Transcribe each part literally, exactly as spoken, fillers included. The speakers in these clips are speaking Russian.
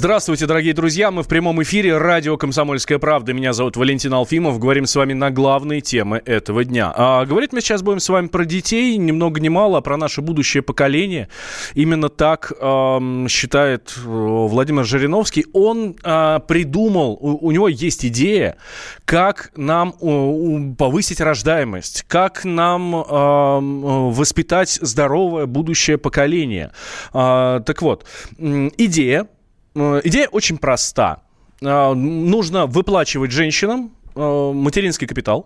Здравствуйте, дорогие друзья. Мы в прямом эфире. Радио «Комсомольская правда». Меня зовут Валентин Алфимов. Говорим с вами на главные темы этого дня. А говорить мы сейчас будем с вами про детей. Ни много ни мало, а про наше будущее поколение. Именно так э, считает Владимир Жириновский. Он э, придумал, у, у него есть идея, как нам э, повысить рождаемость, как нам э, воспитать здоровое будущее поколение. Э, так вот, э, идея. Идея очень проста. Нужно выплачивать женщинам материнский капитал.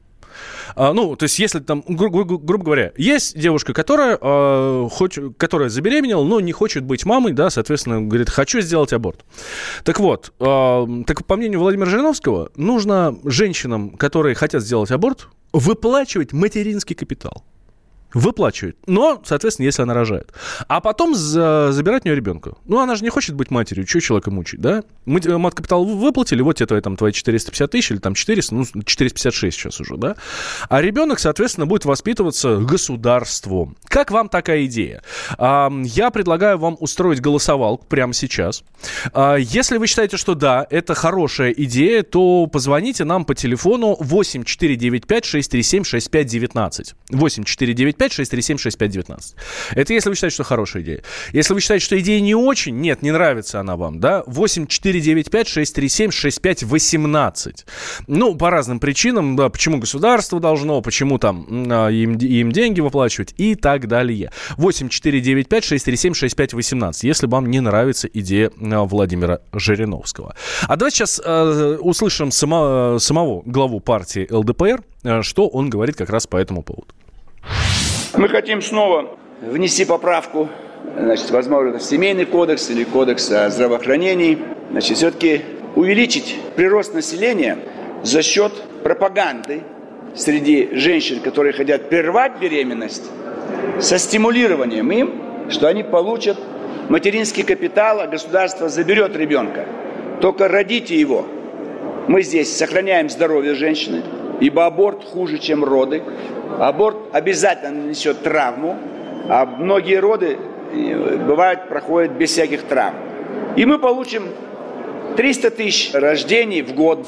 Ну, то есть, если там, гру- гру- грубо говоря, есть девушка, которая, э, хоть, которая забеременела, но не хочет быть мамой, да, соответственно, говорит, хочу сделать аборт. Так вот, э, так по мнению Владимира Жириновского, нужно женщинам, которые хотят сделать аборт, выплачивать материнский капитал. Выплачивает. Но, соответственно, если она рожает. А потом за, забирать у нее ребенка. Ну, она же не хочет быть матерью. Чего человека мучить, да? Мы мат-капитал выплатили, вот тебе твои, там, твои четыреста пятьдесят тысяч или там четыреста, ну, четыреста пятьдесят шесть сейчас уже, да? А ребенок, соответственно, будет воспитываться государством. Как вам такая идея? А, я предлагаю вам устроить голосовалку прямо сейчас. А, если вы считаете, что да, это хорошая идея, то позвоните нам по телефону восемь четыре девять пять шесть три семь шесть пять девятнадцать. восемь четыре девять пять шесть три семь шесть пять девятнадцать. Это если вы считаете, что хорошая идея. Если вы считаете, что идея не очень, нет, не нравится она вам, да, восемь четыре девять пять шесть три семь шесть пять восемнадцать. Ну, по разным причинам, да, почему государство должно, почему там им, им деньги выплачивать и так далее. восемь четыре девять пять шесть три семь шесть пять восемнадцать, если вам не нравится идея Владимира Жириновского. А давайте сейчас э, услышим само, самого главу партии эл дэ пэ эр, э, что он говорит как раз по этому поводу. Мы хотим снова внести поправку, значит, возможно, в семейный кодекс или кодекс о здравоохранении. Значит, все-таки увеличить прирост населения за счет пропаганды среди женщин, которые хотят прервать беременность, со стимулированием им, что они получат материнский капитал, а государство заберет ребенка. Только родите его. Мы здесь сохраняем здоровье женщины, ибо аборт хуже, чем роды. Аборт обязательно нанесет травму, а многие роды, бывают, проходят без всяких травм. И мы получим триста тысяч рождений в год.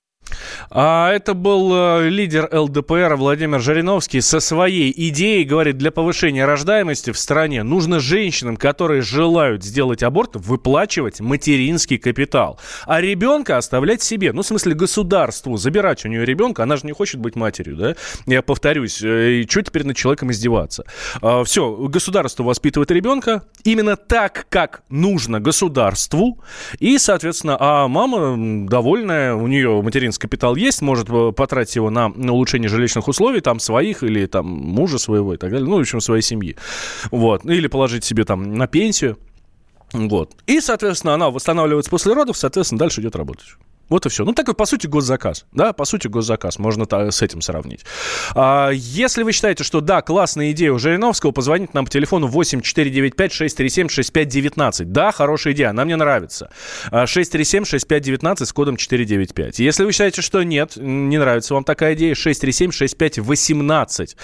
А это был э, лидер эл дэ пэ эр Владимир Жириновский со своей идеей, говорит, для повышения рождаемости в стране нужно женщинам, которые желают сделать аборт, выплачивать материнский капитал, а ребенка оставлять себе, ну, в смысле, государству, забирать у нее ребенка, она же не хочет быть матерью, да, я повторюсь, э, и что теперь над человеком издеваться? Э, все, государство воспитывает ребенка именно так, как нужно государству, и, соответственно, а мама довольная, у нее материнский капитал есть, может потратить его на, на улучшение жилищных условий, там, своих или там мужа своего и так далее, ну, в общем, своей семьи, вот, или положить себе там на пенсию, вот, и, соответственно, она восстанавливается после родов, соответственно, дальше идет работать. Вот и все. Ну, такой, по сути, госзаказ. Да, по сути, госзаказ. Можно с этим сравнить. А, если вы считаете, что да, классная идея у Жириновского, позвоните нам по телефону восемь четыре девять пять шесть три семь шесть пять девятнадцать. Да, хорошая идея, она мне нравится. шесть три семь шесть пять девятнадцать с кодом четыре девять пять. Если вы считаете, что нет, не нравится вам такая идея, шесть три семь шесть пять восемнадцать.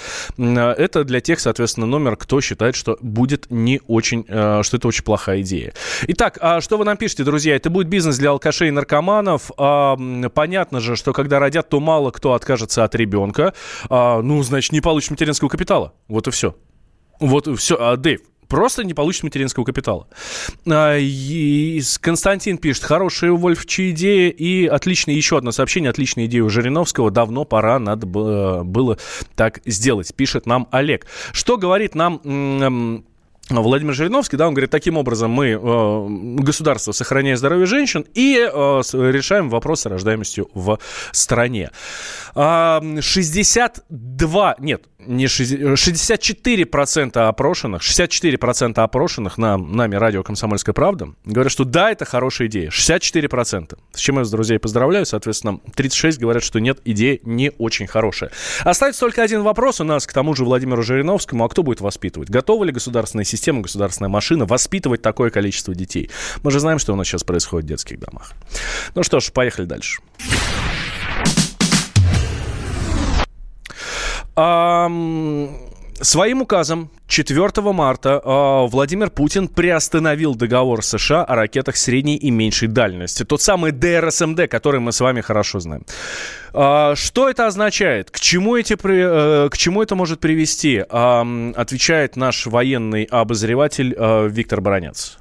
Это для тех, соответственно, номер, кто считает, что будет не очень, что это очень плохая идея. Итак, что вы нам пишете, друзья? Это будет бизнес для алкашей и наркоманов. А, понятно же, что когда родят, то мало кто откажется от ребенка. А, ну, значит, не получит материнского капитала. Вот и все. Вот и все. А, Дэйв, просто не получит материнского капитала. А, и Константин пишет, хорошая у Вольфовича идея. И отличная, еще одно сообщение, отличная идея у Жириновского. Давно пора, надо было, было так сделать, пишет нам Олег. Что говорит нам... М- Владимир Жириновский, да, он говорит, таким образом мы, э, государство, сохраняя здоровье женщин и э, решаем вопрос с рождаемостью в стране. А, шестьдесят два, нет, не шестьдесят, шестьдесят четыре процента опрошенных, шестьдесят четыре процента опрошенных на нами радио «Комсомольская правда» говорят, что да, это хорошая идея. шестьдесят четыре процента. С чем я вас, друзья, поздравляю. Соответственно, тридцать шесть процентов говорят, что нет, идея не очень хорошая. Остается только один вопрос у нас к тому же Владимиру Жириновскому. А кто будет воспитывать? Готова ли государственная система? Система, государственная машина воспитывать такое количество детей. Мы же знаем, что у нас сейчас происходит в детских домах. Ну что ж, поехали дальше. А, своим указом четвёртого марта э, Владимир Путин приостановил договор США о ракетах средней и меньшей дальности. Тот самый дэ эр эс эм дэ, который мы с вами хорошо знаем. Э, что это означает? К чему, эти, э, к чему это может привести? Э, отвечает наш военный обозреватель э, Виктор Баранец.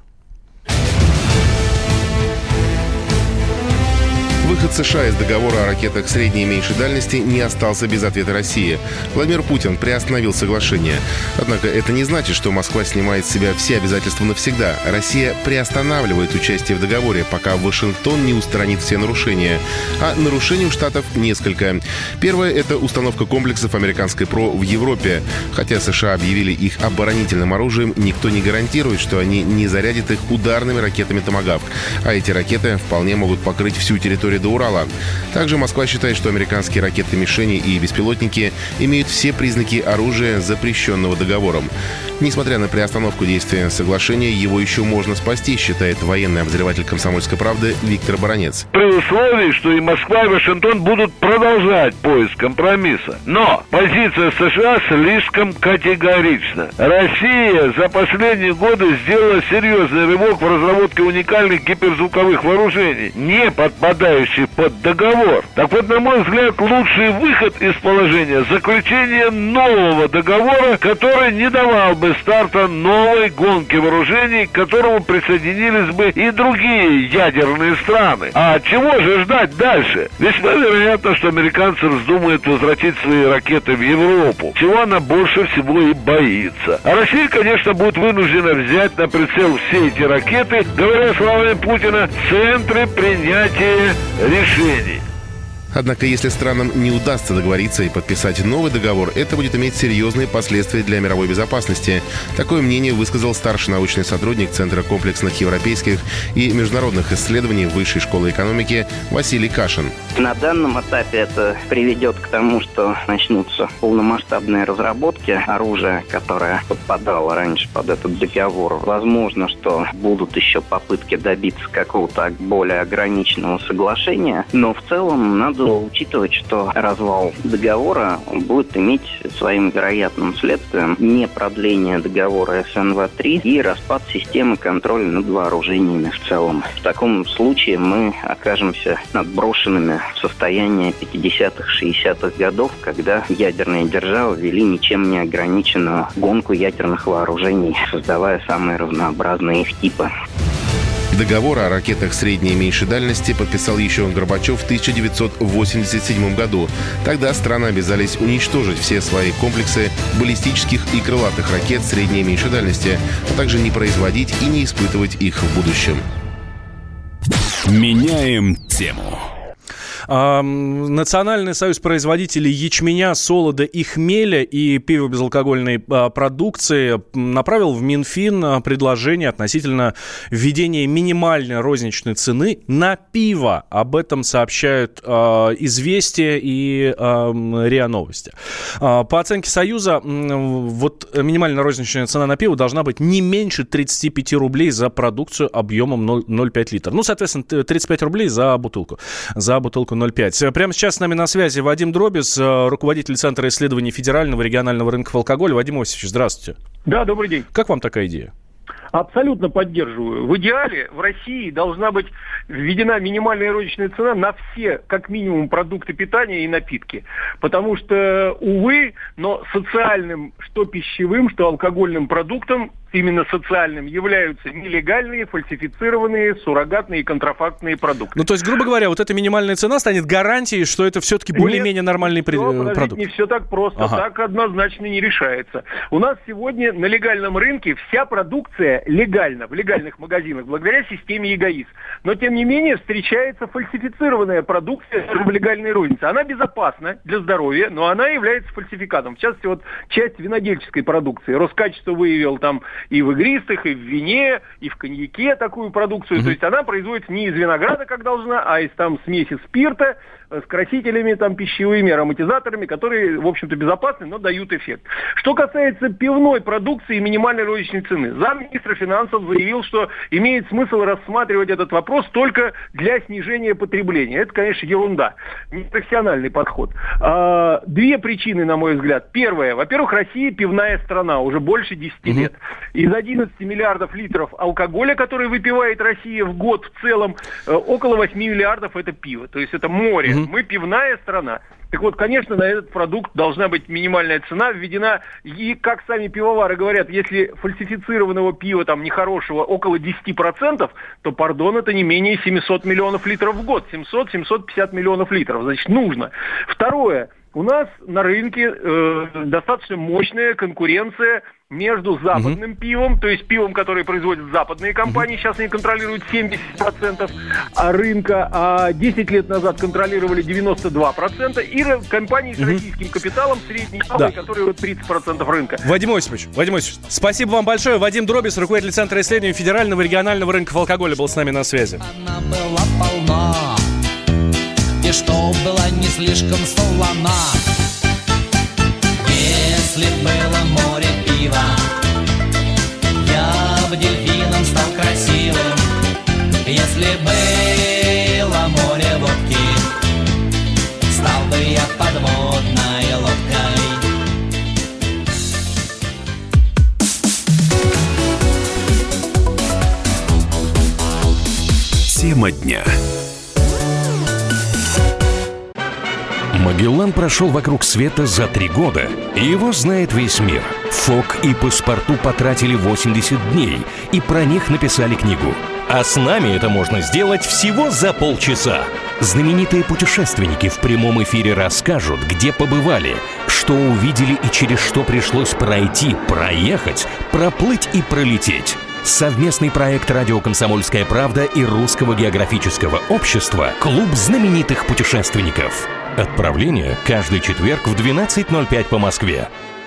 Выход США из договора о ракетах средней и меньшей дальности не остался без ответа России. Владимир Путин приостановил соглашение. Однако это не значит, что Москва снимает с себя все обязательства навсегда. Россия приостанавливает участие в договоре, пока Вашингтон не устранит все нарушения. А нарушений у Штатов несколько. Первое — это установка комплексов американской ПРО в Европе. Хотя США объявили их оборонительным оружием, никто не гарантирует, что они не зарядят их ударными ракетами «Томагавк». А эти ракеты вполне могут покрыть всю территорию до Урала. Также Москва считает, что американские ракеты-мишени и беспилотники имеют все признаки оружия, запрещенного договором. Несмотря на приостановку действия соглашения, его еще можно спасти, считает военный обозреватель «Комсомольской правды» Виктор Баранец. При условии, что и Москва, и Вашингтон будут продолжать поиск компромисса. Но позиция США слишком категорична. Россия за последние годы сделала серьезный рывок в разработке уникальных гиперзвуковых вооружений, не подпадающих под договор. Так вот, на мой взгляд, лучший выход из положения — заключение нового договора, который не давал бы старта новой гонки вооружений, к которому присоединились бы и другие ядерные страны. А чего же ждать дальше? Весьма вероятно, что американцы вздумают возвратить свои ракеты в Европу, чего она больше всего и боится. А Россия, конечно, будет вынуждена взять на прицел все эти ракеты, говоря словами Путина, в центре принятия решений. Однако, если странам не удастся договориться и подписать новый договор, это будет иметь серьезные последствия для мировой безопасности. Такое мнение высказал старший научный сотрудник Центра комплексных европейских и международных исследований Высшей школы экономики Василий Кашин. На данном этапе это приведет к тому, что начнутся полномасштабные разработки оружия, которое подпадало раньше под этот договор. Возможно, что будут еще попытки добиться какого-то более ограниченного соглашения, но в целом надо учитывать, что развал договора будет иметь своим вероятным следствием не продление договора эс эн вэ три и распад системы контроля над вооружениями в целом. В таком случае мы окажемся отброшенными в состояние пятидесятых-шестидесятых годов, когда ядерные державы вели ничем не ограниченную гонку ядерных вооружений, создавая самые разнообразные их типы. Договор о ракетах средней и меньшей дальности подписал еще Горбачев в тысяча девятьсот восемьдесят седьмом году. Тогда страны обязались уничтожить все свои комплексы баллистических и крылатых ракет средней и меньшей дальности, а также не производить и не испытывать их в будущем. Меняем тему. Национальный союз производителей ячменя, солода и хмеля и пиво-безалкогольной продукции направил в Минфин предложение относительно введения минимальной розничной цены на пиво. Об этом сообщают «Известия» и РИА Новости. По оценке Союза, вот минимальная розничная цена на пиво должна быть не меньше тридцать пять рублей за продукцию объемом ноль целых пять литра. Ну, соответственно, тридцать пять рублей за бутылку. За бутылку ноль целых пять. Прямо сейчас с нами на связи Вадим Дробис, руководитель Центра исследований федерального регионального рынка алкоголя. Вадим Иосифович, здравствуйте. Да, добрый день. Как вам такая идея? Абсолютно поддерживаю. В идеале в России должна быть введена минимальная розничная цена на все, как минимум, продукты питания и напитки. Потому что, увы, но социальным, что пищевым, что алкогольным продуктом, именно социальным, являются нелегальные, фальсифицированные, суррогатные и контрафактные продукты. Ну, то есть, грубо говоря, вот эта минимальная цена станет гарантией, что это все-таки более-менее нормальный все, продукт. Не все так просто, ага. Так однозначно не решается. У нас сегодня на легальном рынке вся продукция легальна, в легальных магазинах, благодаря системе ЕГАИС. Но, тем не менее, встречается фальсифицированная продукция в легальной рознице. Она безопасна для здоровья, но она является фальсификатом. В частности, вот часть винодельческой продукции. Роскачество выявил там и в игристых, и в вине, и в коньяке такую продукцию. Mm-hmm. То есть она производится не из винограда, как должна, а из там смеси спирта, с красителями там, пищевыми, ароматизаторами, которые, в общем-то, безопасны, но дают эффект. Что касается пивной продукции и минимальной розничной цены, замминистра финансов заявил, что имеет смысл рассматривать этот вопрос только для снижения потребления. Это, конечно, ерунда, непрофессиональный подход. А, две причины, на мой взгляд. Первое. Во-первых, Россия пивная страна уже больше десяти лет. Из одиннадцати миллиардов литров алкоголя, который выпивает Россия в год в целом, около восьми миллиардов это пиво. То есть это море. Mm-hmm. Мы пивная страна. Так вот, конечно, на этот продукт должна быть минимальная цена введена. И, как сами пивовары говорят, если фальсифицированного пива, там, нехорошего, около десяти процентов, то, пардон, это не менее семьсот миллионов литров в год. семьсот - семьсот пятьдесят миллионов литров. Значит, нужно. Второе. У нас на рынке э, достаточно мощная конкуренция между западным uh-huh. пивом, то есть пивом, которое производят западные компании, uh-huh. сейчас они контролируют семьдесят процентов рынка, а десять лет назад контролировали девяносто два процента, и компании с uh-huh. российским капиталом средней малой, да. которые вот тридцать процентов рынка. Вадим Осипович, Вадим Осипович, спасибо вам большое. Вадим Дробис, руководитель Центра исследований федерального и регионального рынков алкоголя, был с нами на связи. Она была полна, и что была не слишком солона. Если было море пива, я бы дельфином стал красивым. Если было море водки, стал бы я подводной лодкой. Тема дня. Магеллан прошел вокруг света за три года, и его знает весь мир. Фок и Паспарту потратили восемьдесят дней, и про них написали книгу. А с нами это можно сделать всего за полчаса. Знаменитые путешественники в прямом эфире расскажут, где побывали, что увидели и через что пришлось пройти, проехать, проплыть и пролететь. Совместный проект «Радио Комсомольская правда» и Русского географического общества «Клуб знаменитых путешественников». Отправление каждый четверг в двенадцать ноль пять по Москве.